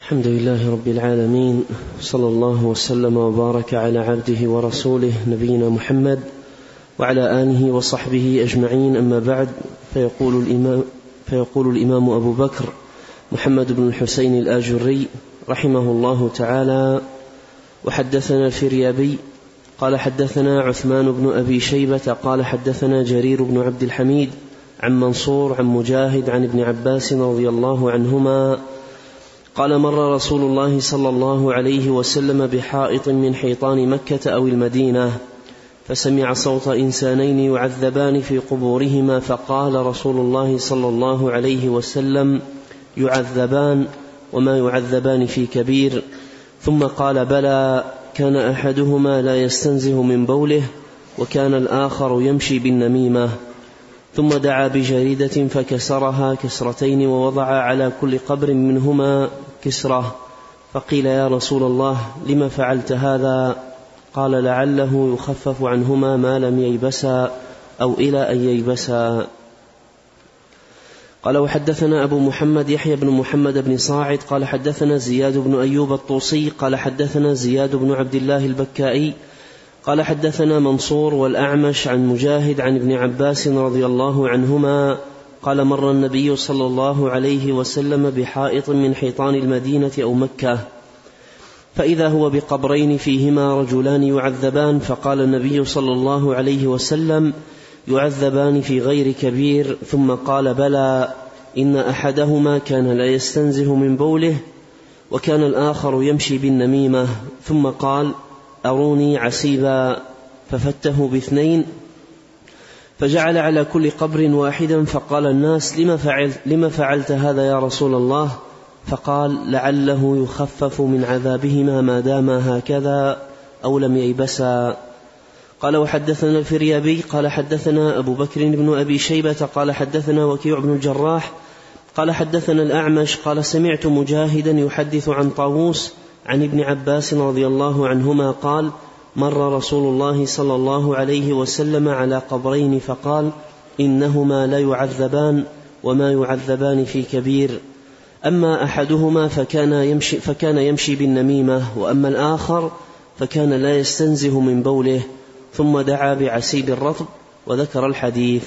الحمد لله رب العالمين، صلى الله وسلم وبارك على عبده ورسوله نبينا محمد وعلى آله وصحبه أجمعين. أما بعد، فيقول الإمام أبو بكر محمد بن الحسين الآجري رحمه الله تعالى: وحدثنا الفريابي قال حدثنا عثمان بن أبي شيبة قال حدثنا جرير بن عبد الحميد عن منصور عن مجاهد عن ابن عباس رضي الله عنهما قال: مر رسول الله صلى الله عليه وسلم بحائط من حيطان مكة أو المدينة، فسمع صوت إنسانين يعذبان في قبورهما، فقال رسول الله صلى الله عليه وسلم: يعذبان وما يعذبان في كبير. ثم قال: بلى، كان أحدهما لا يستنزه من بوله، وكان الآخر يمشي بالنميمة. ثم دعا بجريدة فكسرها كسرتين، ووضع على كل قبر منهما كسرة. فقيل: يا رسول الله، لم فعلت هذا؟ قال: لعله يخفف عنهما ما لم ييبسا أو إلى أن ييبسا. قال: وحدثنا أبو محمد يحيى بن محمد بن صاعد قال حدثنا زياد بن أيوب الطوسي قال حدثنا زياد بن عبد الله البكائي قال حدثنا منصور والأعمش عن مجاهد عن ابن عباس رضي الله عنهما قال: مر النبي صلى الله عليه وسلم بحائط من حيطان المدينة أو مكة، فإذا هو بقبرين فيهما رجلان يعذبان، فقال النبي صلى الله عليه وسلم: يعذبان في غير كبير. ثم قال: بلى، إن أحدهما كان لا يستنزه من بوله، وكان الآخر يمشي بالنميمة. ثم قال: أروني عسيبا، ففته باثنين، فجعل على كل قبر واحدا. فقال الناس: لم فعلت هذا يا رسول الله؟ فقال: لعله يخفف من عذابهما ما داما هكذا أو لم ييبسا. قال: وحدثنا الفريابي قال حدثنا أبو بكر بن أبي شيبة قال حدثنا وكيع بن الجراح قال حدثنا الأعمش قال: سمعت مجاهدا يحدث عن طاووس عن ابن عباس رضي الله عنهما قال: مر رسول الله صلى الله عليه وسلم على قبرين فقال: إنهما لا يعذبان وما يعذبان في كبير، أما أحدهما فكان يمشي بالنميمة، وأما الآخر فكان لا يستنزه من بوله. ثم دعا بعسيب الرطب وذكر الحديث.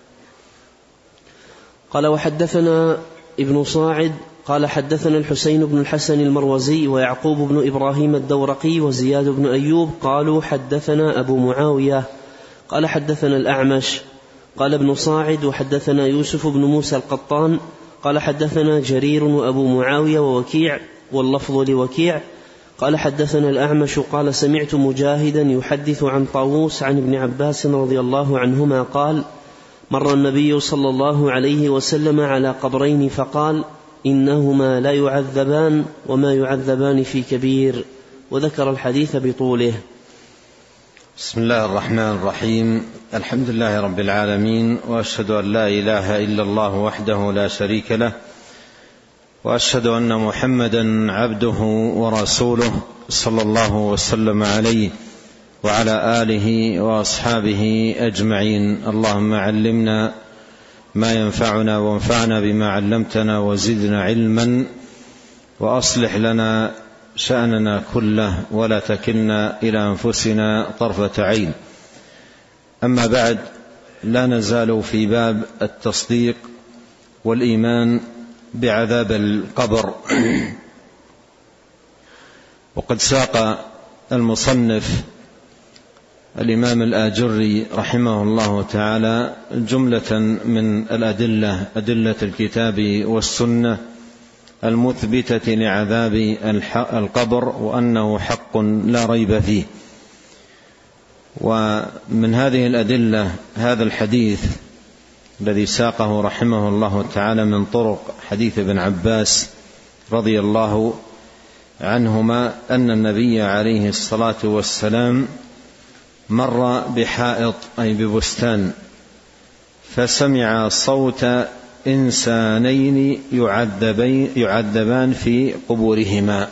قال: وحدثنا ابن صاعد قال حدثنا الحسين بن الحسن المروزي ويعقوب بن إبراهيم الدورقي وزياد بن أيوب قالوا حدثنا أبو معاوية قال حدثنا الأعمش قال ابن صاعد: وحدثنا يوسف بن موسى القطان قال حدثنا جرير وأبو معاوية ووكيع، واللفظ لوكيع، قال حدثنا الأعمش قال: سمعت مجاهدا يحدث عن طاووس عن ابن عباس رضي الله عنهما قال: مر النبي صلى الله عليه وسلم على قبرين فقال: إنهما لا يعذبان وما يعذبان في كبير، وذكر الحديث بطوله. بسم الله الرحمن الرحيم. الحمد لله رب العالمين، وأشهد أن لا إله إلا الله وحده لا شريك له، وأشهد أن محمدا عبده ورسوله صلى الله وسلم عليه وعلى آله وأصحابه أجمعين. اللهم علمنا ما ينفعنا، وانفعنا بما علمتنا، وزدنا علما، وأصلح لنا شأننا كله، ولا تكلنا إلى أنفسنا طرفة عين. أما بعد، لا نزال في باب التصديق والإيمان بعذاب القبر. وقد ساق المصنف الإمام الآجري رحمه الله تعالى جملة من الأدلة، أدلة الكتاب والسنة المثبتة لعذاب القبر، وأنه حق لا ريب فيه. ومن هذه الأدلة هذا الحديث الذي ساقه رحمه الله تعالى من طرق حديث ابن عباس رضي الله عنهما أن النبي عليه الصلاة والسلام مر بحائط أي ببستان، فسمع صوت إنسانين يعذبان في قبورهما.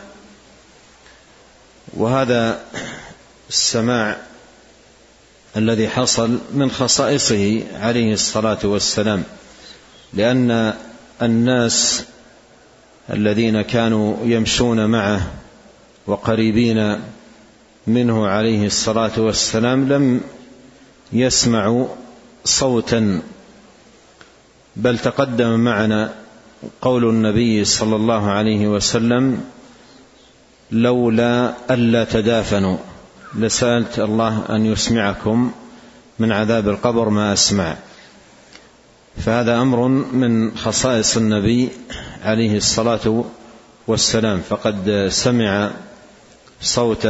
وهذا السماع الذي حصل من خصائصه عليه الصلاة والسلام، لأن الناس الذين كانوا يمشون معه وقريبين منه عليه الصلاة والسلام لم يسمعوا صوتا، بل تقدم معنا قول النبي صلى الله عليه وسلم: لولا ألا تدافنوا لسألت الله أن يسمعكم من عذاب القبر ما أسمع. فهذا أمر من خصائص النبي عليه الصلاة والسلام، فقد سمع صوت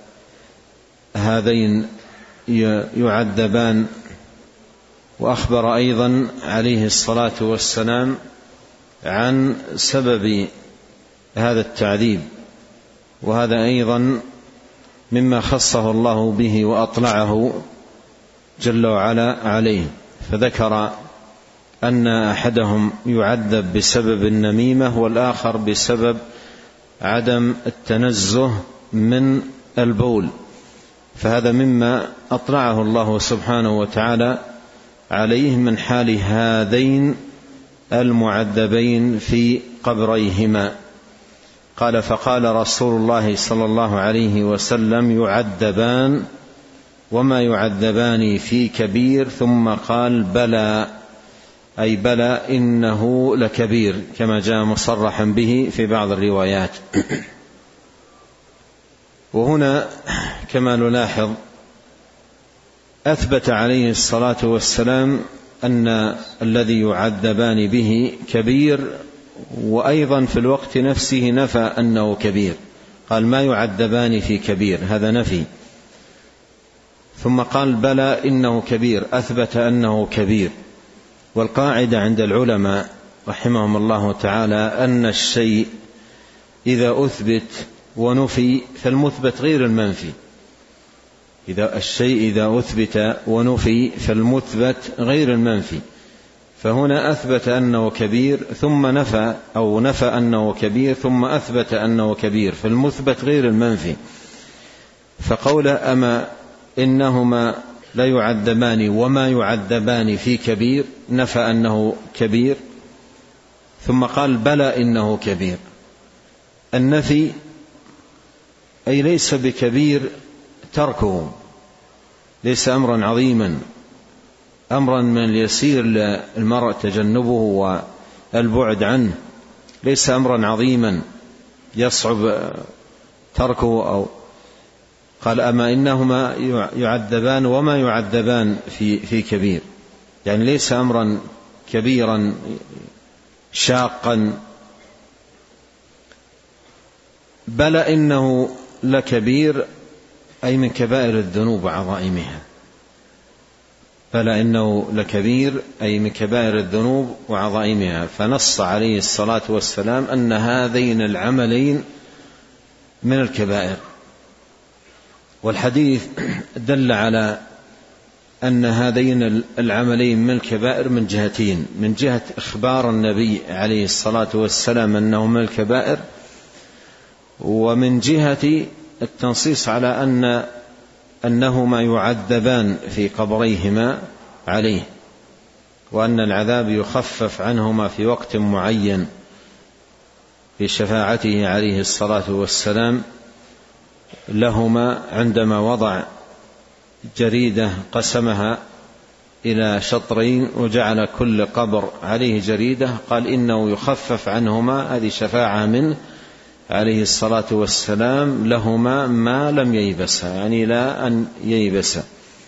هذين يعذبان. وأخبر أيضا عليه الصلاة والسلام عن سبب هذا التعذيب، وهذا أيضا مما خصه الله به وأطلعه جل وعلا عليه، فذكر أن أحدهم يعذب بسبب النميمة والآخر بسبب عدم التنزه من البول، فهذا مما أطلعه الله سبحانه وتعالى عليه من حال هذين المعذبين في قبريهما. قال: فقال رسول الله صلى الله عليه وسلم: يعذبان وما يعذبان في كبير. ثم قال: بلى، أي بلى إنه لكبير، كما جاء مصرحا به في بعض الروايات. وهنا كما نلاحظ أثبت عليه الصلاة والسلام أن الذي يعذبان به كبير، وأيضا في الوقت نفسه نفى أنه كبير، قال: ما يعذبان في كبير، هذا نفي. ثم قال: بلى إنه كبير، أثبت أنه كبير. والقاعدة عند العلماء رحمهم الله تعالى أن الشيء إذا أثبت ونفي فالمثبت غير المنفي. الشيء إذا أثبت ونفي فالمثبت غير المنفي. فهنا أثبت أنه كبير ثم نفى، أو نفى أنه كبير ثم أثبت أنه كبير، فالمثبت غير المنفي. فقوله أما إنهما لا يعذبان وما يعذبان في كبير، نفى أنه كبير، ثم قال: بلى إنه كبير. النفي أي ليس بكبير تركه، ليس أمرا عظيما، أمرا من اليسير للمرء تجنبه والبعد عنه، ليس أمرا عظيما يصعب تركه. أو قال: أما إنهما يعذبان وما يعذبان في كبير، يعني ليس أمرا كبيرا شاقا. بل إنه لكبير، أي من كبائر الذنوب وعظائمها. بل إنه لكبير، أي من كبائر الذنوب وعظائمها. فنص عليه الصلاة والسلام أن هذين العملين من الكبائر. والحديث دل على أن هذين العملين من الكبائر من جهتين: من جهة إخبار النبي عليه الصلاة والسلام أنه من الكبائر، ومن جهة التنصيص على أنهما يعذبان في قبريهما عليه، وأن العذاب يخفف عنهما في وقت معين في شفاعته عليه الصلاة والسلام لهما، عندما وضع جريدة قسمها إلى شطرين وجعل كل قبر عليه جريدة، قال إنه يخفف عنهما، هذه شفاعة منه عليه الصلاة والسلام لهما ما لم ييبسا، يعني لا أن ييبسا.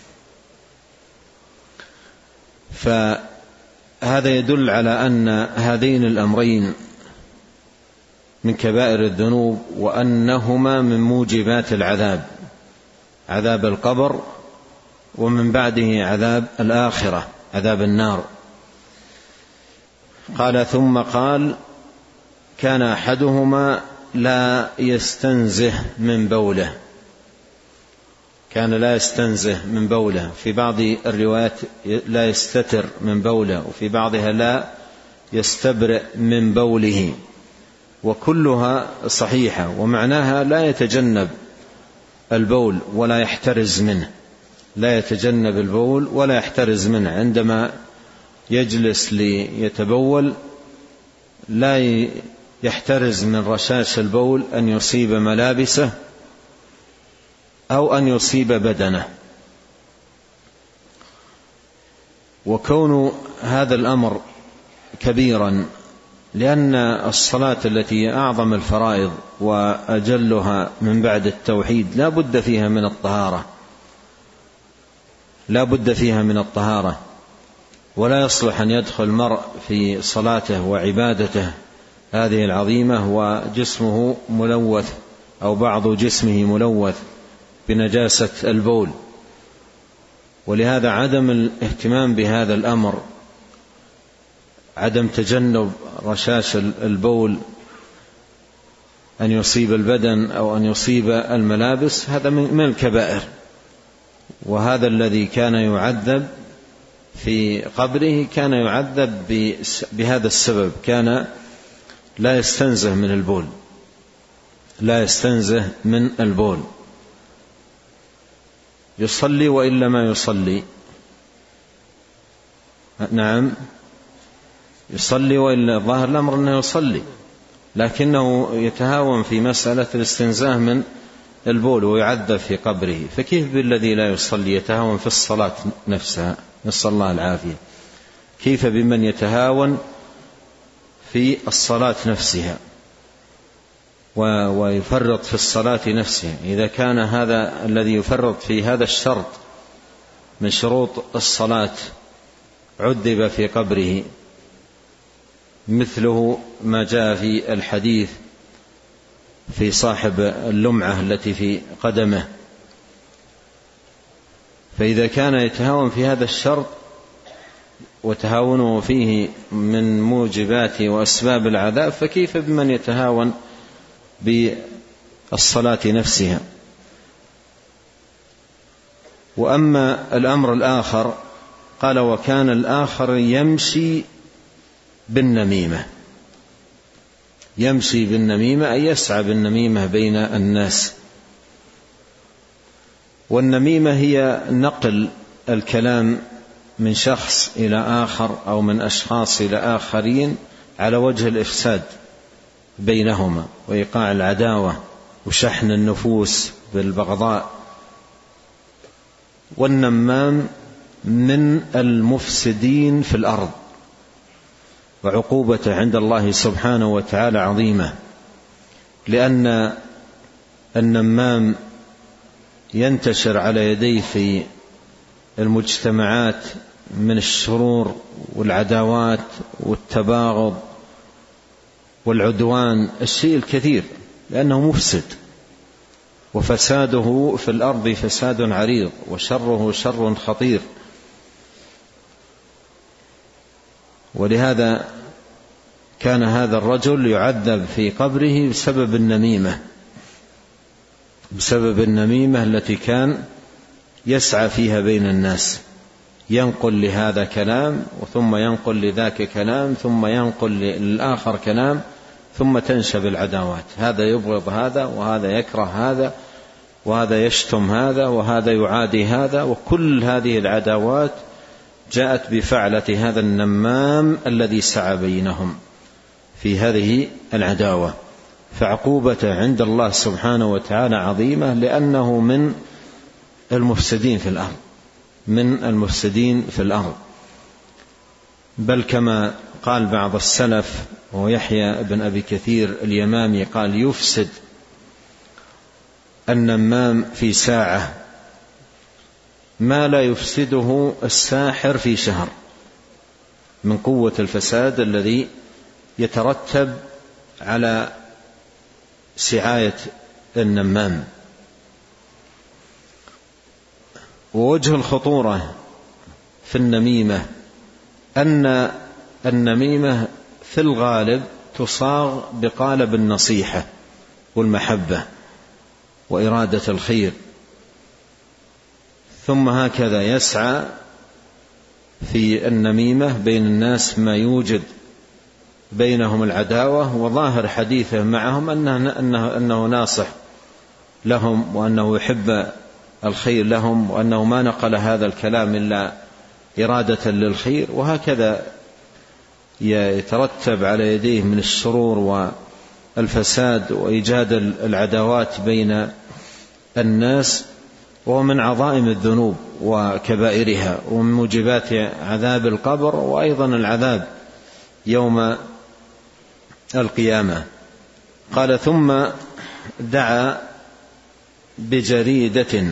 فهذا يدل على أن هذين الأمرين من كبائر الذنوب، وأنهما من موجبات العذاب، عذاب القبر، ومن بعده عذاب الآخرة، عذاب النار. قال: ثم قال: كان أحدهما لا يستنزه من بوله. كان لا يستنزه من بوله، في بعض الروايات لا يستتر من بوله، وفي بعضها لا يستبرئ من بوله، وكلها صحيحة، ومعناها لا يتجنب البول ولا يحترز منه، لا يتجنب البول ولا يحترز منه. عندما يجلس ليتبول لا يحترز من رشاش البول أن يصيب ملابسه أو أن يصيب بدنه. وكون هذا الأمر كبيرا لأن الصلاة التي هي أعظم الفرائض وأجلها من بعد التوحيد لا بد فيها من الطهارة، لا بد فيها من الطهارة، ولا يصلح أن يدخل المرء في صلاته وعبادته هذه العظيمة وجسمه ملوث أو بعض جسمه ملوث بنجاسة البول. ولهذا عدم الاهتمام بهذا الأمر، عدم تجنب رشاش البول أن يصيب البدن أو أن يصيب الملابس، هذا من الكبائر. وهذا الذي كان يعذب في قبره كان يعذب بهذا السبب، كان لا يستنزه من البول، لا يستنزه من البول، يصلي وإلا ما يصلي. نعم يصلي وإلا ظاهر الأمر أنه يصلي، لكنه يتهاون في مسألة الاستنزاه من البول ويعذب في قبره، فكيف بالذي لا يصلي يتهاون في الصلاة نفسها؟ نسأل الله العافية. كيف بمن يتهاون في الصلاة نفسها ويفرط في الصلاة نفسها؟ إذا كان هذا الذي يفرط في هذا الشرط من شروط الصلاة عذب في قبره، مثله ما جاء في الحديث في صاحب اللمعة التي في قدمه. فإذا كان يتهاون في هذا الشرط وتهاونه فيه من موجبات وأسباب العذاب، فكيف بمن يتهاون بالصلاة نفسها؟ وأما الأمر الآخر قال: وكان الآخر يمشي بالنميمة. يمشي بالنميمة أي يسعى بالنميمة بين الناس. والنميمة هي نقل الكلام من شخص إلى آخر أو من أشخاص إلى آخرين على وجه الإفساد بينهما وإيقاع العداوة وشحن النفوس بالبغضاء. والنمام من المفسدين في الأرض، وعقوبته عند الله سبحانه وتعالى عظيمة، لأن النمام ينتشر على يديه في المجتمعات من الشرور والعداوات والتباغض والعدوان الشيء الكثير، لأنه مفسد، وفساده في الأرض فساد عريض، وشره شر خطير. ولهذا كان هذا الرجل يعذب في قبره بسبب النميمة، بسبب النميمة التي كان يسعى فيها بين الناس، ينقل لهذا كلام ثم ينقل لذاك كلام ثم ينقل للآخر كلام، ثم تنشب العداوات، هذا يبغض هذا وهذا يكره هذا وهذا يشتم هذا وهذا يعادي هذا. وكل هذه العداوات جاءت بفعلة هذا النمام الذي سعى بينهم في هذه العداوة. فعقوبته عند الله سبحانه وتعالى عظيمة، لأنه من المفسدين في الأرض، من المفسدين في الأرض. بل كما قال بعض السلف، ويحيى بن أبي كثير اليمامي قال: يفسد النمام في ساعة ما لا يفسده الساحر في شهر، من قوة الفساد الذي يترتب على سعاية النمام. ووجه الخطورة في النميمة أن النميمة في الغالب تصاغ بقالب النصيحة والمحبة وإرادة الخير، ثم هكذا يسعى في النميمة بين الناس ما يوجد بينهم العداوة، وظاهر حديثه معهم أنه ناصح لهم وأنه يحب الخير لهم، وأنه ما نقل هذا الكلام إلا إرادة للخير. وهكذا يترتب على يديه من الشرور الفساد وإيجاد العداوات بين الناس، وهو من عظائم الذنوب وكبائرها ومن موجبات عذاب القبر وأيضا العذاب يوم القيامة. قال: ثم دعا بجريدة،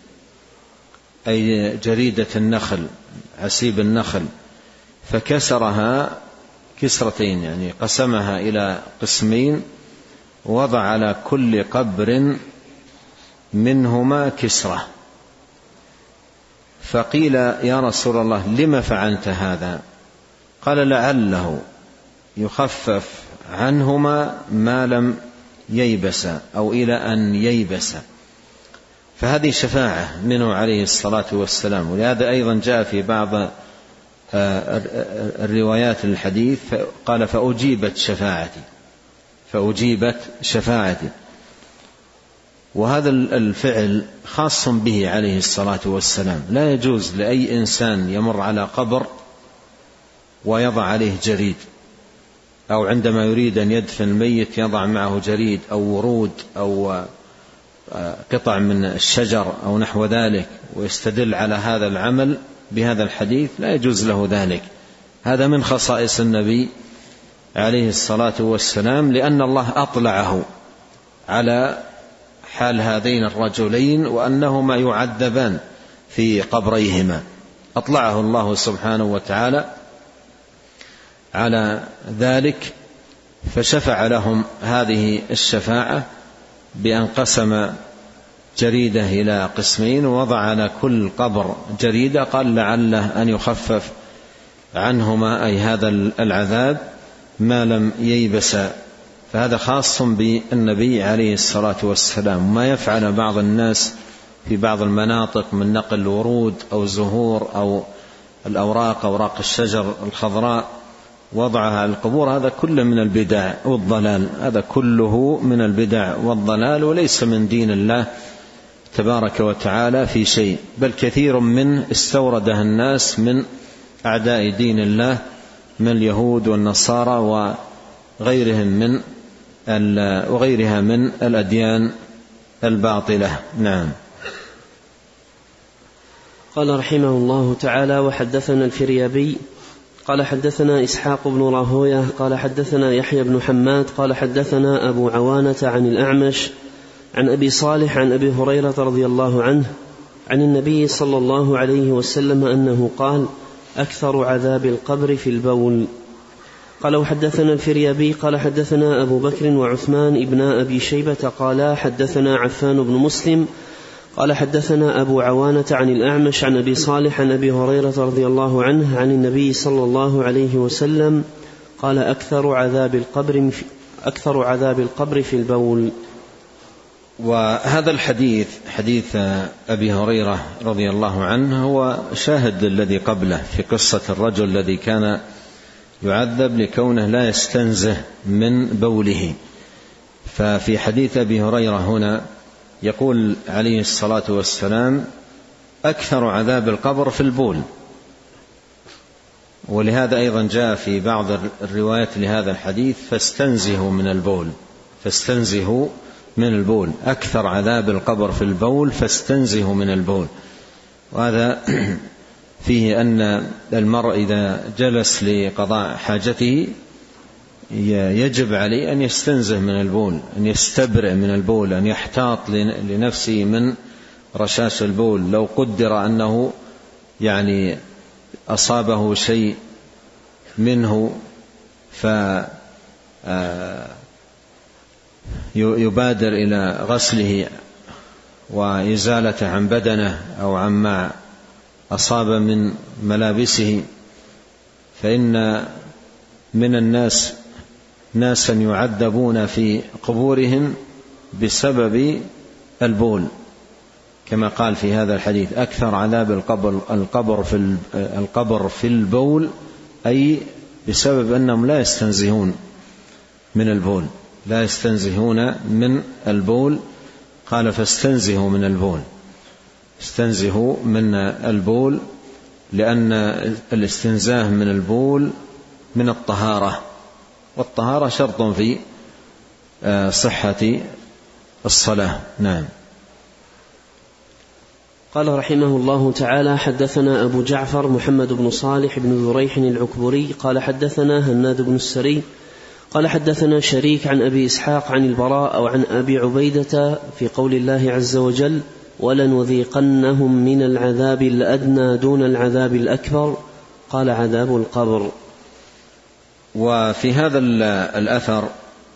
أي جريدة النخل، عسيب النخل، فكسرها كسرتين، يعني قسمها إلى قسمين، وضع على كل قبر منهما كسرة. فقيل: يا رسول الله لم فعلت هذا؟ قال: لعله يخفف عنهما ما لم ييبس أو إلى أن ييبس. فهذه شفاعة منه عليه الصلاة والسلام. ولهذا أيضا جاء في بعض الروايات الحديث قال: فأجيبت شفاعتي. وهذا الفعل خاص به عليه الصلاة والسلام. لا يجوز لأي إنسان يمر على قبر ويضع عليه جريد، أو عندما يريد أن يدفن الميت يضع معه جريد أو ورود أو قطع من الشجر أو نحو ذلك، ويستدل على هذا العمل بهذا الحديث. لا يجوز له ذلك. هذا من خصائص النبي عليه الصلاة والسلام، لأن الله أطلعه على حال هذين الرجلين وأنهما يعذبان في قبريهما. أطلعه الله سبحانه وتعالى على ذلك، فشفع لهم هذه الشفاعة بأن قسم جريدة إلى قسمين ووضع على كل قبر جريدة. قال: لعله أن يخفف عنهما، أي هذا العذاب، ما لم ييبس. فهذا خاص بالنبي عليه الصلاة والسلام. ما يفعل بعض الناس في بعض المناطق من نقل الورود أو زهور أو الأوراق، أوراق الشجر الخضراء، وضعها على القبور، هذا كله من البدع والضلال. هذا كله من البدع والضلال، وليس من دين الله تبارك وتعالى في شيء، بل كثير منه استورده الناس من أعداء دين الله من اليهود والنصارى وغيرها من الأديان الباطلة. نعم. قال رحمه الله تعالى: وحدثنا الفريابي قال حدثنا إسحاق بن راهوية قال حدثنا يحيى بن حماد قال حدثنا أبو عوانة عن الأعمش عن أبي صالح عن أبي هريرة رضي الله عنه عن النبي صلى الله عليه وسلم أنه قال: أكثر عذاب القبر في البول. قال: وحدثنا الفريابي قال حدثنا أبو بكر وعثمان ابن أبي شيبة قال حدثنا عفان بن مسلم قال حدثنا أبو عوانة عن الأعمش عن أبي صالح عن أبي هريرة رضي الله عنه عن النبي صلى الله عليه وسلم قال: أكثر عذاب القبر في البول. وهذا الحديث، حديث أبي هريرة رضي الله عنه، هو شاهد الذي قبله في قصة الرجل الذي كان يعذب لكونه لا يستنزه من بوله. ففي حديث أبي هريرة هنا يقول عليه الصلاة والسلام: أكثر عذاب القبر في البول. ولهذا أيضا جاء في بعض الروايات لهذا الحديث: فاستنزهوا من البول. أكثر عذاب القبر في البول فاستنزهوا من البول. وهذا فيه أن المرء إذا جلس لقضاء حاجته يجب عليه أن يستنزه من البول، أن يستبرئ من البول، أن يحتاط لنفسه من رشاش البول. لو قدر أنه يعني أصابه شيء منه يبادر إلى غسله وإزالته عن بدنه أو عما أصاب من ملابسه. فإن من الناس ناسا يعذبون في قبورهم بسبب البول، كما قال في هذا الحديث: أكثر عذاب القبر في البول، أي بسبب أنهم لا يستنزهون من البول. قال: فاستنزهوا من البول. استنزهوا من البول، لأن الاستنزاه من البول من الطهارة، والطهارة شرط في صحة الصلاة. نعم. قال رحمه الله تعالى: حدثنا أبو جعفر محمد بن صالح بن ذريح العكبري قال حدثنا هناد بن السري قال حدثنا شريك عن أبي إسحاق عن البراء أو عن أبي عبيدة في قول الله عز وجل: ولنذيقنهم من العذاب الأدنى دون العذاب الأكبر، قال: عذاب القبر. وفي هذا الأثر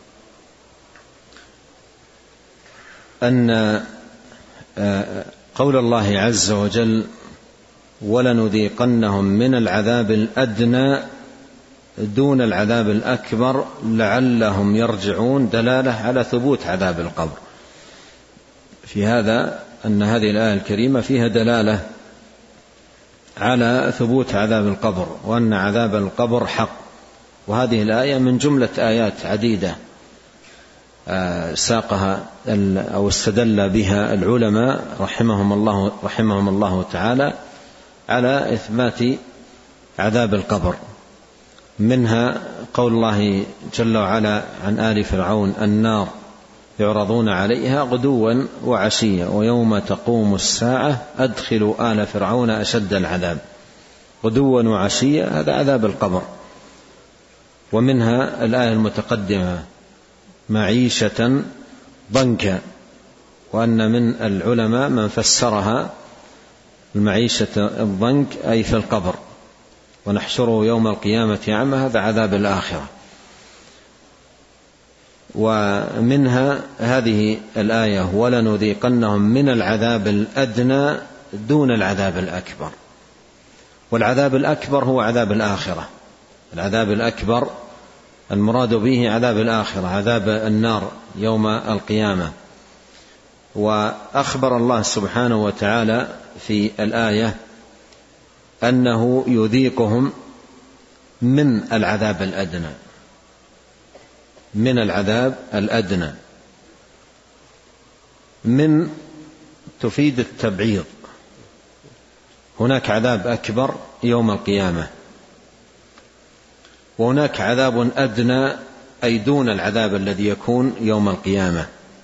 أن قول الله عز وجل: ولنذيقنهم من العذاب الأدنى دون العذاب الأكبر لعلهم يرجعون، دلالة على ثبوت عذاب القبر. في هذا أن هذه الآية الكريمة فيها دلالة على ثبوت عذاب القبر، وأن عذاب القبر حق. وهذه الآية من جملة آيات عديدة ساقها أو استدل بها العلماء رحمهم الله تعالى على إثبات عذاب القبر. منها قول الله جل وعلا عن آل فرعون: النار يعرضون عليها غدوا وعشيا ويوم تقوم الساعة أدخلوا آل فرعون أشد العذاب. غدوا وعشيا هذا عذاب القبر. ومنها الآية المتقدمة: معيشة ضنكا، وأن من العلماء من فسرها المعيشة الضنك أي في القبر، ونحشره يوم القيامة أعمى، هذا عذاب الآخرة. ومنها هذه الآية: ولنذيقنهم من العذاب الأدنى دون العذاب الأكبر. والعذاب الأكبر هو عذاب الآخرة. العذاب الأكبر المراد به عذاب الآخرة، عذاب النار يوم القيامة. وأخبر الله سبحانه وتعالى في الآية أنه يذيقهم من العذاب الأدنى، من العذاب الأدنى. من تفيد التبعيض، هناك عذاب أكبر يوم القيامة، وهناك عذاب أدنى أي دون العذاب الذي يكون يوم القيامة.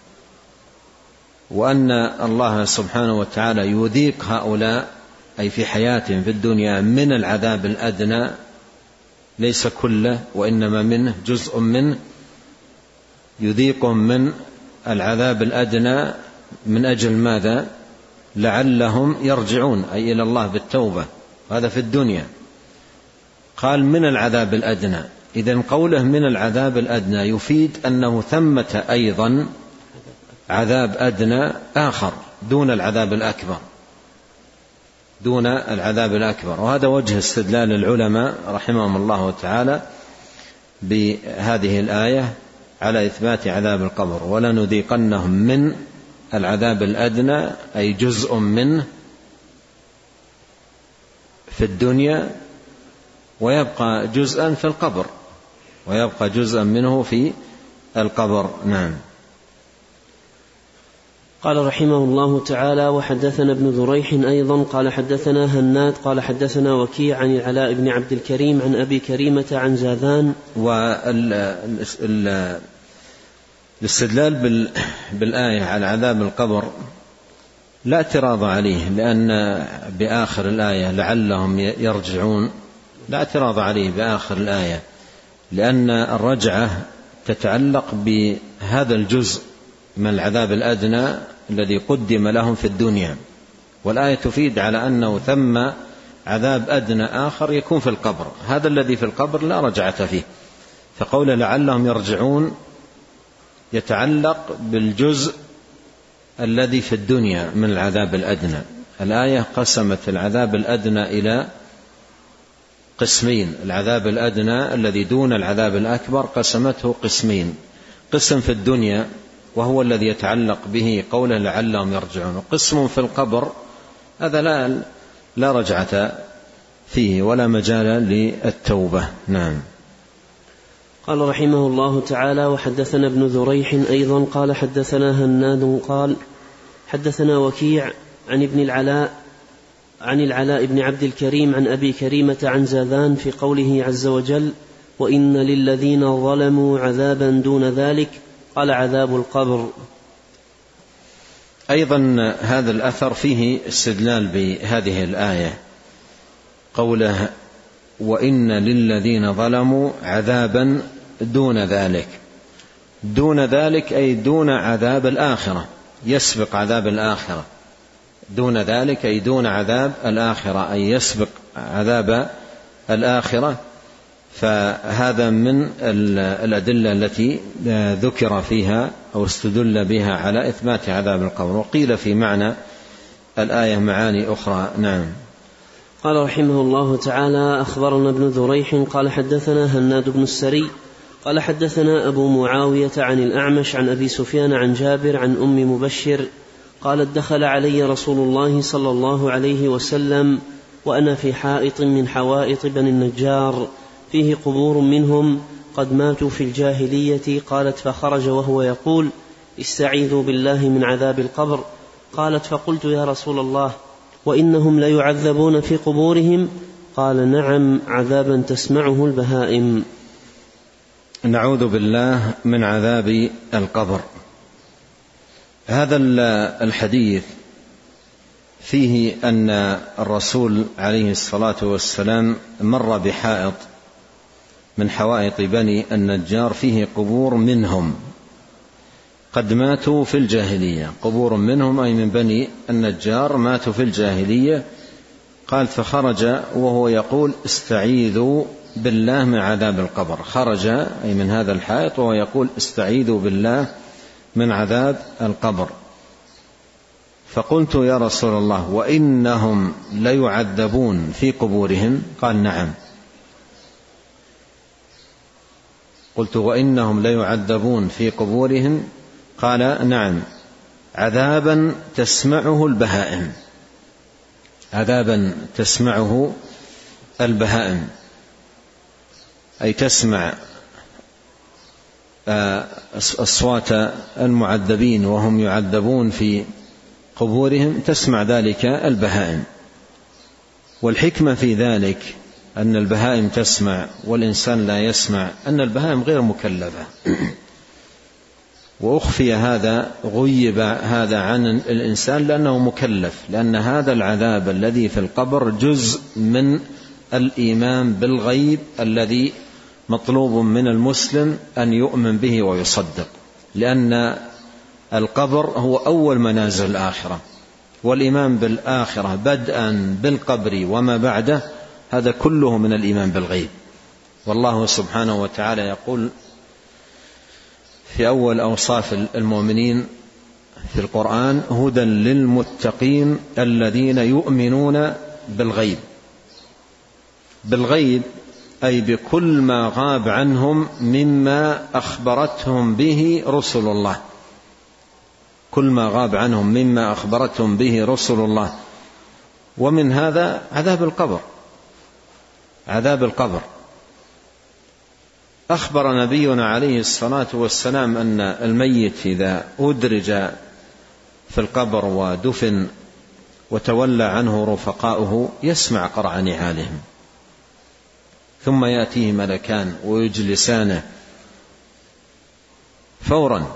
وأن الله سبحانه وتعالى يذيق هؤلاء أي في حياتهم في الدنيا من العذاب الأدنى، ليس كله وإنما منه جزء منه، يذيقهم من العذاب الأدنى من أجل ماذا؟ لعلهم يرجعون أي إلى الله بالتوبة، هذا في الدنيا. قال من العذاب الأدنى، إذن قوله من العذاب الأدنى يفيد أنه ثمة أيضا عذاب أدنى آخر دون العذاب الأكبر، دون العذاب الأكبر. وهذا وجه استدلال العلماء رحمهم الله تعالى بهذه الآية على إثبات عذاب القبر. ولنذيقنهم من العذاب الأدنى أي جزء منه في الدنيا، ويبقى جزءا في القبر، ويبقى جزءا منه في القبر. نعم. قال رحمه الله تعالى: وحدثنا ابن ذريح أيضا قال حدثنا هناد قال حدثنا وكيع عن العلاء بن عبد الكريم عن أبي كريمة عن زاذان. والاستدلال بالآية على عذاب القبر لا اعتراض عليه، لأن بآخر الآية لعلهم يرجعون لا اعتراض عليه بآخر الآية، لأن الرجعة تتعلق بهذا الجزء من العذاب الأدنى الذي قدم لهم في الدنيا، والآية تفيد على أنه ثم عذاب أدنى آخر يكون في القبر، هذا الذي في القبر لا رجعة فيه. فقول لعلهم يرجعون يتعلق بالجزء الذي في الدنيا من العذاب الأدنى. الآية قسمت العذاب الأدنى إلى قسمين، العذاب الأدنى الذي دون العذاب الأكبر قسمته قسمين: قسم في الدنيا وهو الذي يتعلق به قوله لعلهم يرجعون، وقسم في القبر هذا لا رجعة فيه ولا مجال للتوبة. نعم. قال رحمه الله تعالى: وحدثنا ابن ذريح أيضا قال حدثنا هناد قال حدثنا وكيع عن ابن العلاء بن عبد الكريم عن أبي كريمة عن زاذان في قوله عز وجل: وإن للذين ظلموا عذابا دون ذلك، قال عذاب القبر. أيضا هذا الأثر فيه استدلال بهذه الآية، قوله وإن للذين ظلموا عذابا دون ذلك. دون ذلك أي دون عذاب الآخرة، يسبق عذاب الآخرة. دون ذلك أي دون عذاب الآخرة، أي يسبق عذاب الآخرة. فهذا من الأدلة التي ذكر فيها أو استدل بها على إثبات عذاب القبر. وقيل في معنى الآية معاني أخرى. نعم. قال رحمه الله تعالى: أخبرنا ابن ذريح قال حدثنا هناد بن السري قال حدثنا أبو معاوية عن الأعمش عن أبي سفيان عن جابر عن أم مبشر قالت: دخل علي رسول الله صلى الله عليه وسلم وأنا في حائط من حوائط بني النجار فيه قبور منهم قد ماتوا في الجاهلية. قالت: فخرج وهو يقول: استعيذوا بالله من عذاب القبر. قالت: فقلت: يا رسول الله، وإنهم ليعذبون في قبورهم؟ قال: نعم، عذابا تسمعه البهائم. نعوذ بالله من عذاب القبر. هذا الحديث فيه أن الرسول عليه الصلاة والسلام مر بحائط من حوائط بني النجار فيه قبور منهم قد ماتوا في الجاهلية. قبور منهم أي من بني النجار ماتوا في الجاهلية. قال: فخرج وهو يقول: استعيذوا بالله من عذاب القبر. خرج أي من هذا الحائط وهو يقول: استعيذوا بالله من عذاب القبر. فقلت: يا رسول الله، وإنهم ليعذبون في قبورهم؟ قال: نعم. قلت: وإنهم ليعذبون في قبورهم؟ قال: نعم، عذابا تسمعه البهائم. عذابا تسمعه البهائم، أي تسمع أصوات المعذبين وهم يعذبون في قبورهم، تسمع ذلك البهائم. والحكمة في ذلك أن البهائم تسمع والإنسان لا يسمع، أن البهائم غير مكلفة، وأخفي هذا، غيب هذا عن الإنسان لأنه مكلف، لأن هذا العذاب الذي في القبر جزء من الإيمان بالغيب الذي مطلوب من المسلم أن يؤمن به ويصدق، لأن القبر هو أول منازل الآخرة، والإيمان بالآخرة بدءا بالقبر وما بعده هذا كله من الإيمان بالغيب. والله سبحانه وتعالى يقول في أول أوصاف المؤمنين في القرآن: هدى للمتقين الذين يؤمنون بالغيب. بالغيب أي بكل ما غاب عنهم مما أخبرتهم به رسل الله، كل ما غاب عنهم مما أخبرتهم به رسل الله. ومن هذا عذاب القبر. عذاب القبر أخبر نبينا عليه الصلاة والسلام أن الميت إذا أدرج في القبر ودفن وتولى عنه رفقاؤه يسمع قرع نعالهم، ثم يأتيه ملكان ويجلسانه فورا،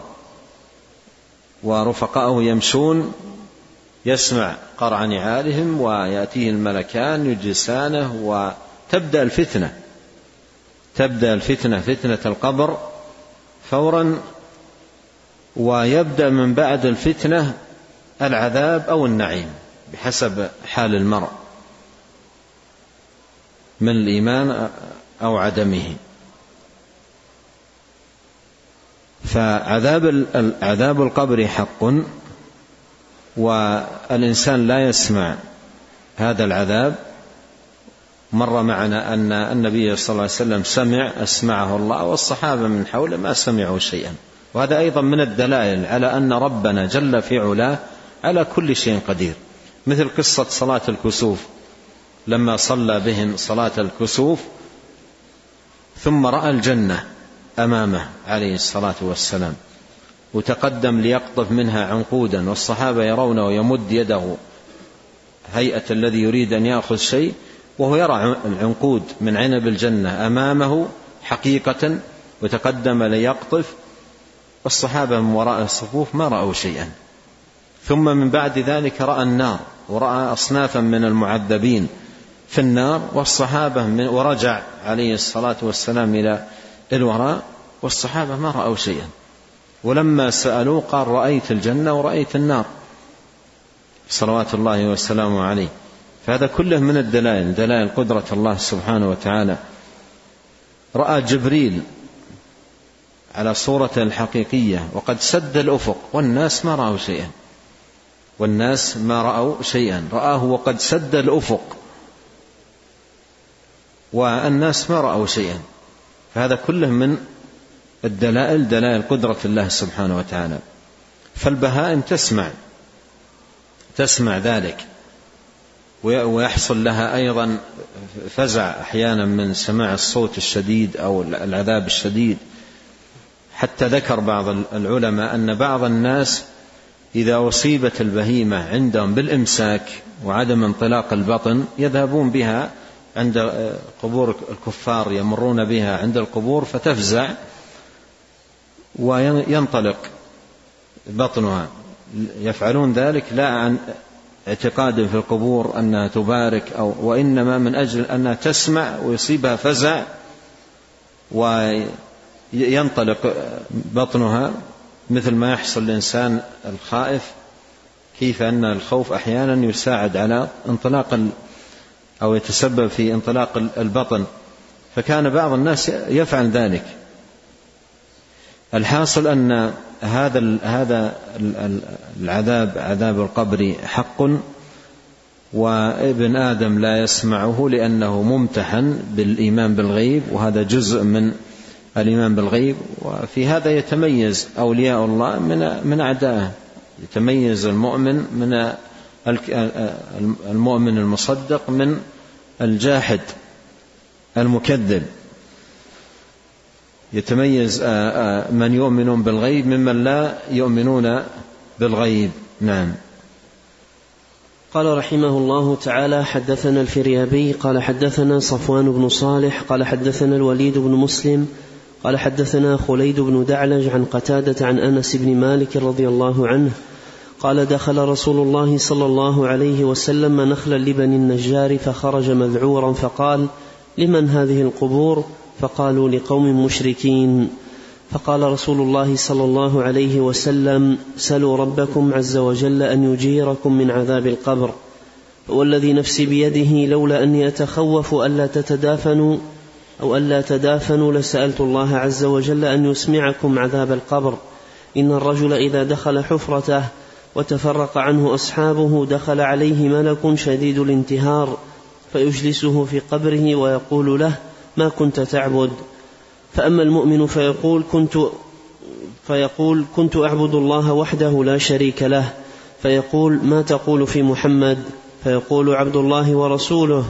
ورفقاؤه يمشون يسمع قرع نعالهم، ويأتيه الملكان يجلسانه، وتبدأ الفتنة، تبدأ الفتنة، فتنة القبر فورا، ويبدأ من بعد الفتنة العذاب أو النعيم بحسب حال المرء من الإيمان أو عدمه. فعذاب القبر حق، والإنسان لا يسمع هذا العذاب. مر معنا أن النبي صلى الله عليه وسلم أسمعه الله، والصحابة من حوله ما سمعوا شيئا. وهذا أيضا من الدلائل على أن ربنا جل في علاه على كل شيء قدير، مثل قصة صلاة الكسوف، لما صلى بهم صلاة الكسوف ثم رأى الجنة أمامه عليه الصلاة والسلام، وتقدم ليقطف منها عنقودا، والصحابة يرونه ويمد يده هيئة الذي يريد أن يأخذ شيء، وهو يرى العنقود من عنب الجنة أمامه حقيقة، وتقدم ليقطف. الصحابة من وراء الصفوف ما رأوا شيئا، ثم من بعد ذلك رأى النار ورأى أصنافا من المعذبين في النار، والصحابة ورجع عليه الصلاة والسلام إلى الوراء والصحابة ما رأوا شيئا، ولما سألوه قال رأيت الجنة ورأيت النار صلوات الله وسلامه عليه. فهذا كله من الدلائل، دلائل قدرة الله سبحانه وتعالى. رأى جبريل على صورته الحقيقية وقد سد الأفق والناس ما رأوا شيئا، والناس ما رأوا شيئا، رآه وقد سد الأفق والناس ما رأوا شيئا. فهذا كله من الدلائل، دلائل قدرة الله سبحانه وتعالى. فالبهائم تسمع ذلك، ويحصل لها أيضا فزع أحيانا من سماع الصوت الشديد أو العذاب الشديد، حتى ذكر بعض العلماء أن بعض الناس إذا أصيبت البهيمة عندهم بالإمساك وعدم انطلاق البطن يذهبون بها عند قبور الكفار، يمرون بها عند القبور فتفزع وينطلق بطنها. يفعلون ذلك لا عن اعتقاد في القبور أنها تبارك وإنما من أجل أنها تسمع ويصيبها فزع وينطلق بطنها، مثل ما يحصل للإنسان الخائف، كيف أن الخوف أحيانا يساعد على انطلاق أو يتسبب في انطلاق البطن. فكان بعض الناس يفعل ذلك. الحاصل أن هذا العذاب، عذاب القبر، حق، وابن آدم لا يسمعه لأنه ممتحن بالإيمان بالغيب، وهذا جزء من الإيمان بالغيب. وفي هذا يتميز أولياء الله من أعدائه، يتميز المؤمن المصدق من الجاحد المكذب، يتميز من يؤمنون بالغيب ممن لا يؤمنون بالغيب. نعم. قال رحمه الله تعالى: حدثنا الفريابي قال حدثنا صفوان بن صالح قال حدثنا الوليد بن مسلم قال حدثنا خليد بن دعلج عن قتادة عن أنس بن مالك رضي الله عنه قال: دخل رسول الله صلى الله عليه وسلم نخلا لبني النجار فخرج مذعورا فقال: لمن هذه القبور؟ فقالوا: لقوم مشركين. فقال رسول الله صلى الله عليه وسلم: سلوا ربكم عز وجل أن يجيركم من عذاب القبر، والذي نفسي بيده لولا أني أتخوف ألا تدافنوا لسألت الله عز وجل أن يسمعكم عذاب القبر. إن الرجل إذا دخل حفرته وتفرق عنه أصحابه دخل عليه ملك شديد الانتهار فيجلسه في قبره ويقول له: ما كنت تعبد؟ فأما المؤمن فيقول كنت أعبد الله وحده لا شريك له. فيقول: ما تقول في محمد؟ فيقول: عبد الله ورسوله.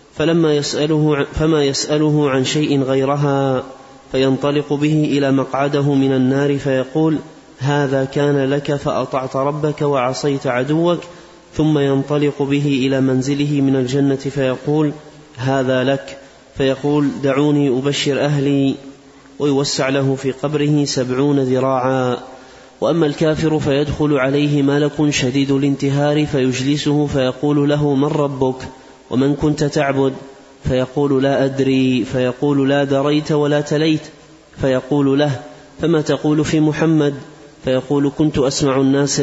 فما يسأله عن شيء غيرها، فينطلق به إلى مقعده من النار فيقول: هذا كان لك فأطعت ربك وعصيت عدوك. ثم ينطلق به إلى منزله من الجنة فيقول: هذا لك. فيقول: دعوني أبشر أهلي. ويوسع له في قبره 70 ذراعا. وأما الكافر فيدخل عليه ملك شديد الانتهار فيجلسه فيقول له: من ربك ومن كنت تعبد؟ فيقول: لا أدري. فيقول: لا دريت ولا تليت. فيقول له: فما تقول في محمد؟ فيقول: كنت أسمع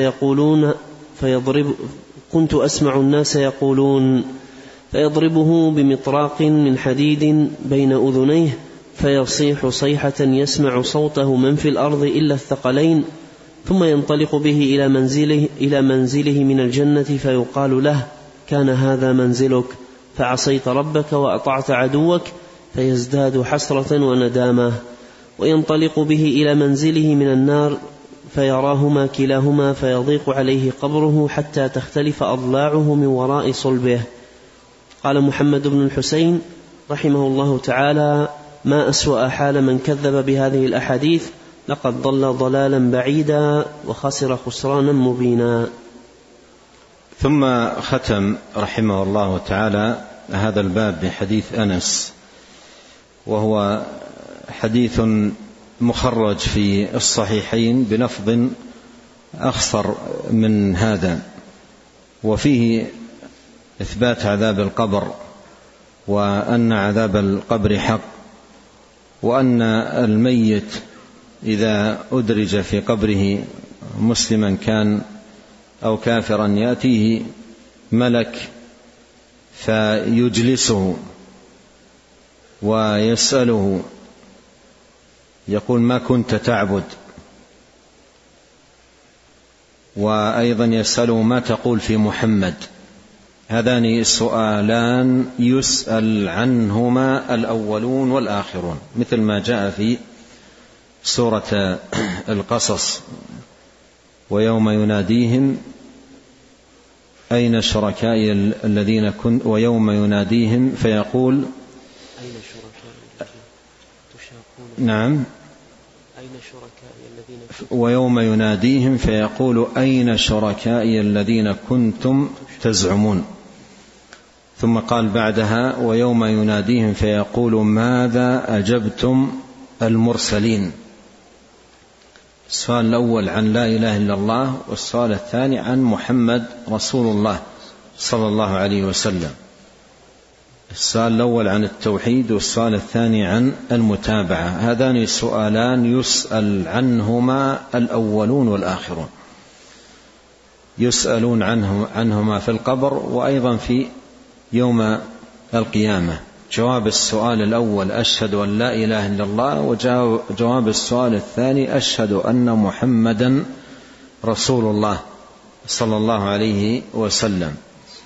الناس يقولون فيضربه بمطراق من حديد بين أذنيه فيصيح صيحة يسمع صوته من في الأرض إلا الثقلين. ثم ينطلق به إلى منزله من الجنة فيقال له: كان هذا منزلك فعصيت ربك وأطعت عدوك. فيزداد حسرة وندامة. وينطلق به إلى منزله من النار فيراهما كلاهما فيضيق عليه قبره حتى تختلف أضلاعه من وراء صلبه. قال محمد بن الحسين رحمه الله تعالى: ما أسوأ حال من كذب بهذه الأحاديث، لقد ضل ضلالا بعيدا وخسر خسرانا مبينا. ثم ختم رحمه الله تعالى هذا الباب بحديث أنس، وهو حديث مخرج في الصحيحين بلفظ أخصر من هذا، وفيه إثبات عذاب القبر، وأن عذاب القبر حق، وأن الميت إذا أدرج في قبره مسلما كان أو كافرا يأتيه ملك فيجلسه ويسأله، يقول: ما كنت تعبد؟ وأيضا يسأله: ما تقول في محمد؟ هذان سؤالان يسأل عنهما الأولون والآخرون، مثل ما جاء في سورة القصص: ويوم يناديهم أين شركائي الذين كنت، ويوم يناديهم فيقول أين شركائي تشاقون، نعم، أين شركائي الذين ويوم يناديهم فيقول أين شركائي الذين كنتم تزعمون. ثم قال بعدها: ويوم يناديهم فيقول ماذا أجبتم المرسلين. السؤال الأول عن لا إله إلا الله، والسؤال الثاني عن محمد رسول الله صلى الله عليه وسلم. السؤال الأول عن التوحيد، والسؤال الثاني عن المتابعة. هذان سؤالان يسأل عنهما الأولون والآخرون، يسألون عنهما في القبر وأيضا في يوم القيامة. جواب السؤال الأول: أشهد أن لا إله إلا الله، وجواب السؤال الثاني: أشهد أن محمدا رسول الله صلى الله عليه وسلم.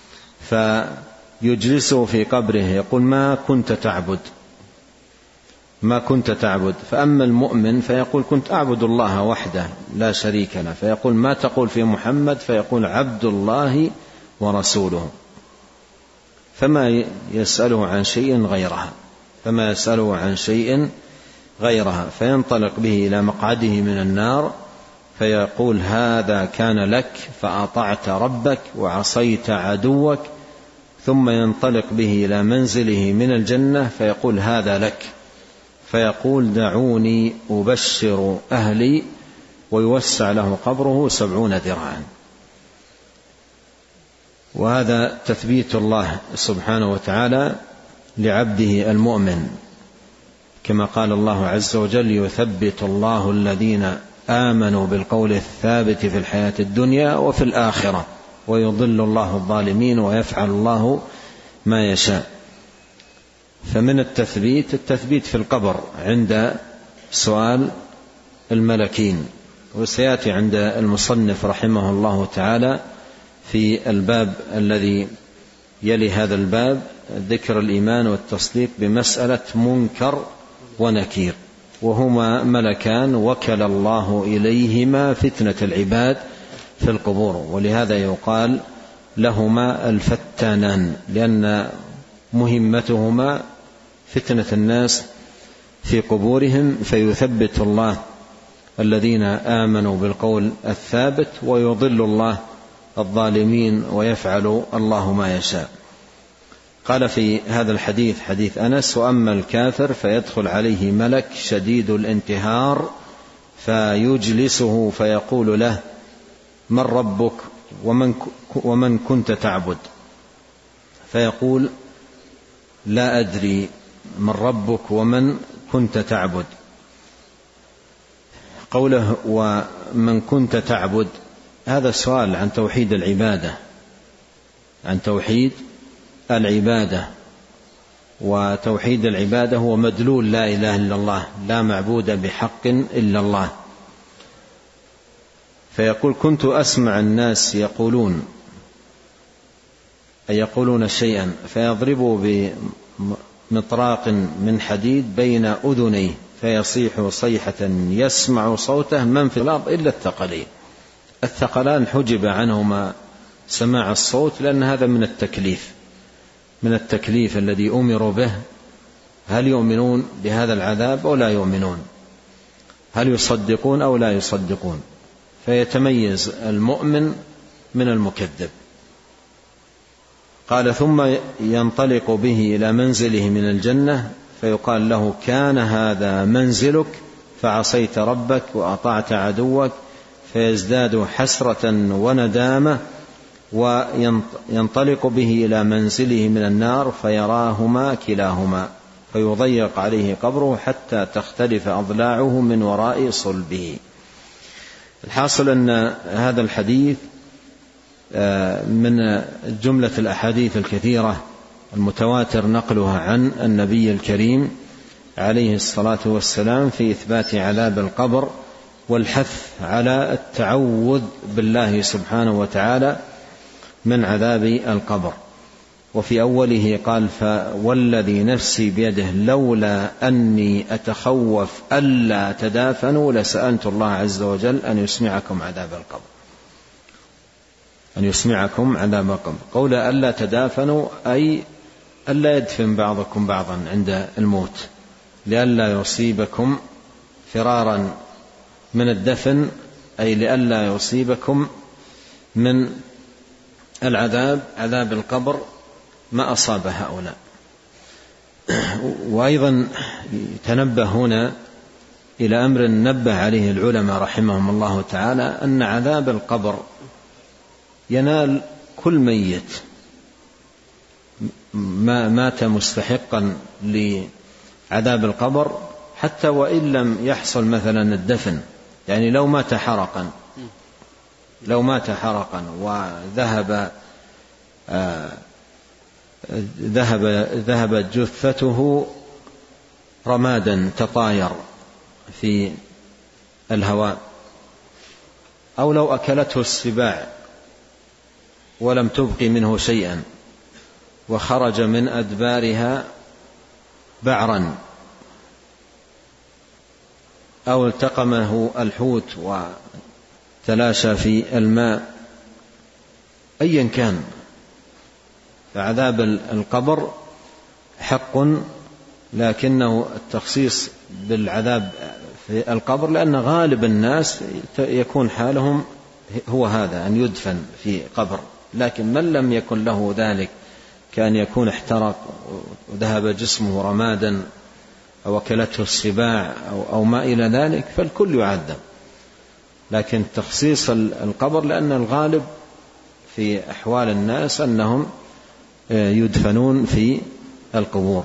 فيجلسه في قبره يقول: ما كنت تعبد؟ ما كنت تعبد؟ فأما المؤمن فيقول: كنت أعبد الله وحده لا شريك له. فيقول: ما تقول في محمد؟ فيقول: عبد الله ورسوله. فما يسأله عن شيء غيرها، فما يسأله عن شيء غيرها. فينطلق به إلى مقعده من النار فيقول: هذا كان لك فأطعت ربك وعصيت عدوك. ثم ينطلق به إلى منزله من الجنة فيقول: هذا لك. فيقول: دعوني أبشر أهلي، ويوسع له قبره 70 ذراعا. وهذا تثبيت الله سبحانه وتعالى لعبده المؤمن، كما قال الله عز وجل: يثبت الله الذين آمنوا بالقول الثابت في الحياة الدنيا وفي الآخرة، ويضل الله الظالمين، ويفعل الله ما يشاء. فمن التثبيت في القبر عند سؤال الملكين. وسيأتي عند المصنف رحمه الله تعالى في الباب الذي يلي هذا الباب ذكر الإيمان والتصديق بمسألة منكر ونكير، وهما ملكان وكل الله إليهما فتنة العباد في القبور، ولهذا يقال لهما الفتانان، لأن مهمتهما فتنة الناس في قبورهم. فيثبت الله الذين آمنوا بالقول الثابت، ويضل الله الظالمين، ويفعل الله ما يشاء. قال في هذا الحديث، حديث أنس: وأما الكافر فيدخل عليه ملك شديد الانتهار فيجلسه فيقول له: من ربك ومن كنت تعبد؟ فيقول: لا أدري من ربك ومن كنت تعبد. قوله ومن كنت تعبد هذا سؤال عن توحيد العبادة، عن توحيد العبادة. وتوحيد العبادة هو مدلول لا إله إلا الله، لا معبود بحق إلا الله. فيقول: كنت أسمع الناس يقولون، أي يقولون شيئا، فيضربوا بمطراق من حديد بين أذنيه فيصيح صيحة يسمع صوته من في الأرض إلا الثقلين. الثقلان حجب عنهما سماع الصوت، لأن هذا من التكليف الذي أمروا به. هل يؤمنون بهذا العذاب أو لا يؤمنون؟ هل يصدقون أو لا يصدقون؟ فيتميز المؤمن من المكذب. قال: ثم ينطلق به إلى منزله من الجنة فيقال له: كان هذا منزلك فعصيت ربك وأطعت عدوك فيزداد حسرة وندامة وينطلق به إلى منزله من النار فيراهما كلاهما فيضيق عليه قبره حتى تختلف أضلاعه من وراء صلبه. الحاصل أن هذا الحديث من جملة الأحاديث الكثيرة المتواتر نقلها عن النبي الكريم عليه الصلاة والسلام في إثبات عذاب القبر والحث على التعوذ بالله سبحانه وتعالى من عذاب القبر. وفي أوله قال: فوالذي نفسي بيده لولا أني أتخوف ألا تدافنوا لسألت الله عز وجل أن يسمعكم عذاب القبر، أن يسمعكم عذاب القبر. قول ألا تدافنوا أي ألا يدفن بعضكم بعضا عند الموت، لئلا يصيبكم فرارا من الدفن، أي لئلا يصيبكم من العذاب عذاب القبر ما أصاب هؤلاء. وأيضا تنبه هنا إلى أمر نبه عليه العلماء رحمهم الله تعالى، أن عذاب القبر ينال كل ميت ما مات مستحقا لعذاب القبر، حتى وإن لم يحصل مثلا الدفن، يعني لو مات حرقا وذهب جثته رمادا تطاير في الهواء، أو لو أكلته السباع ولم تبقي منه شيئا وخرج من أدبارها بعرا، أو التقمه الحوت وتلاشى في الماء، أيا كان، فعذاب القبر حق، لكنه التخصيص بالعذاب في القبر لأن غالب الناس يكون حالهم هو هذا، أن يدفن في قبر. لكن من لم يكن له ذلك، كان يكون احترق وذهب جسمه رمادا أو أكلته السباع أو ما إلى ذلك، فالكل يعذب. لكن تخصيص القبر لأن الغالب في أحوال الناس أنهم يدفنون في القبور.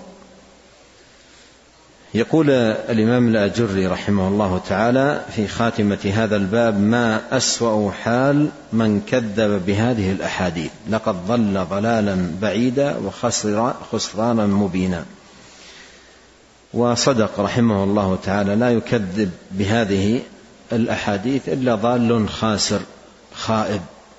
يقول الإمام الآجري رحمه الله تعالى في خاتمة هذا الباب: ما أسوأ حال من كذب بهذه الأحاديث، لقد ضل ضلالا بعيدا وخسر خسرانا مبينا. وصدق رحمه الله تعالى، لا يكذب بهذه الأحاديث إلا ضال خاسر خائب.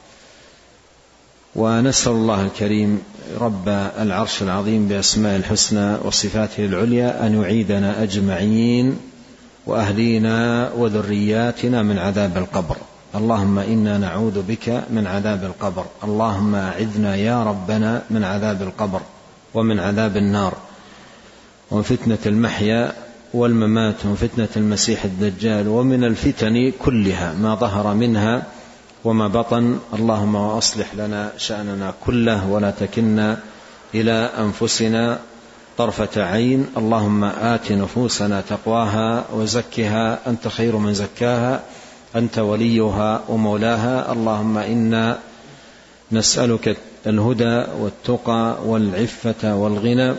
ونسأل الله الكريم رب العرش العظيم بأسماء الحسنى وصفاته العليا أن يعيدنا أجمعين وأهلينا وذرياتنا من عذاب القبر. اللهم إنا نعوذ بك من عذاب القبر، اللهم أعذنا يا ربنا من عذاب القبر ومن عذاب النار ومن فتنة المحيا والممات ومن فتنة المسيح الدجال ومن الفتن كلها ما ظهر منها وما بطن. اللهم وأصلح لنا شأننا كله ولا تكلنا إلى أنفسنا طرفة عين. اللهم آت نفوسنا تقواها وزكها أنت خير من زكاها أنت وليها ومولاها. اللهم إنا نسألك الهدى والتقى والعفة والغنى.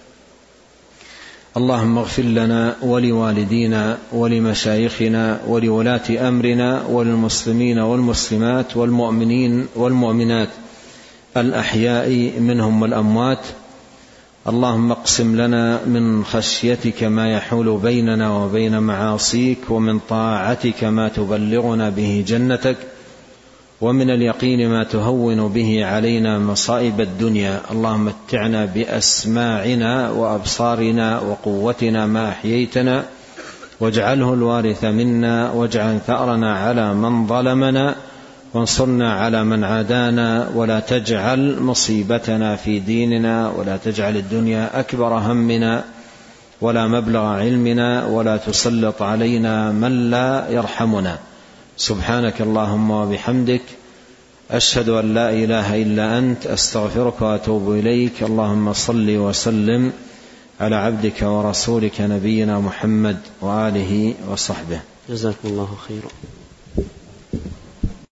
اللهم اغفر لنا ولوالدينا ولمشايخنا ولولاة أمرنا وللمسلمين والمسلمات والمؤمنين والمؤمنات الأحياء منهم والأموات. اللهم اقسم لنا من خشيتك ما يحول بيننا وبين معاصيك، ومن طاعتك ما تبلغنا به جنتك، ومن اليقين ما تهون به علينا مصائب الدنيا. اللهم متعنا بأسماعنا وأبصارنا وقوتنا ما أحييتنا، واجعله الوارث منا، واجعل ثأرنا على من ظلمنا، وانصرنا على من عادانا، ولا تجعل مصيبتنا في ديننا، ولا تجعل الدنيا أكبر همنا ولا مبلغ علمنا، ولا تسلط علينا من لا يرحمنا. سبحانك اللهم وبحمدك، أشهد أن لا إله إلا أنت، أستغفرك وأتوب إليك. اللهم صل وسلم على عبدك ورسولك نبينا محمد وآله وصحبه. جزاكم الله خيرا.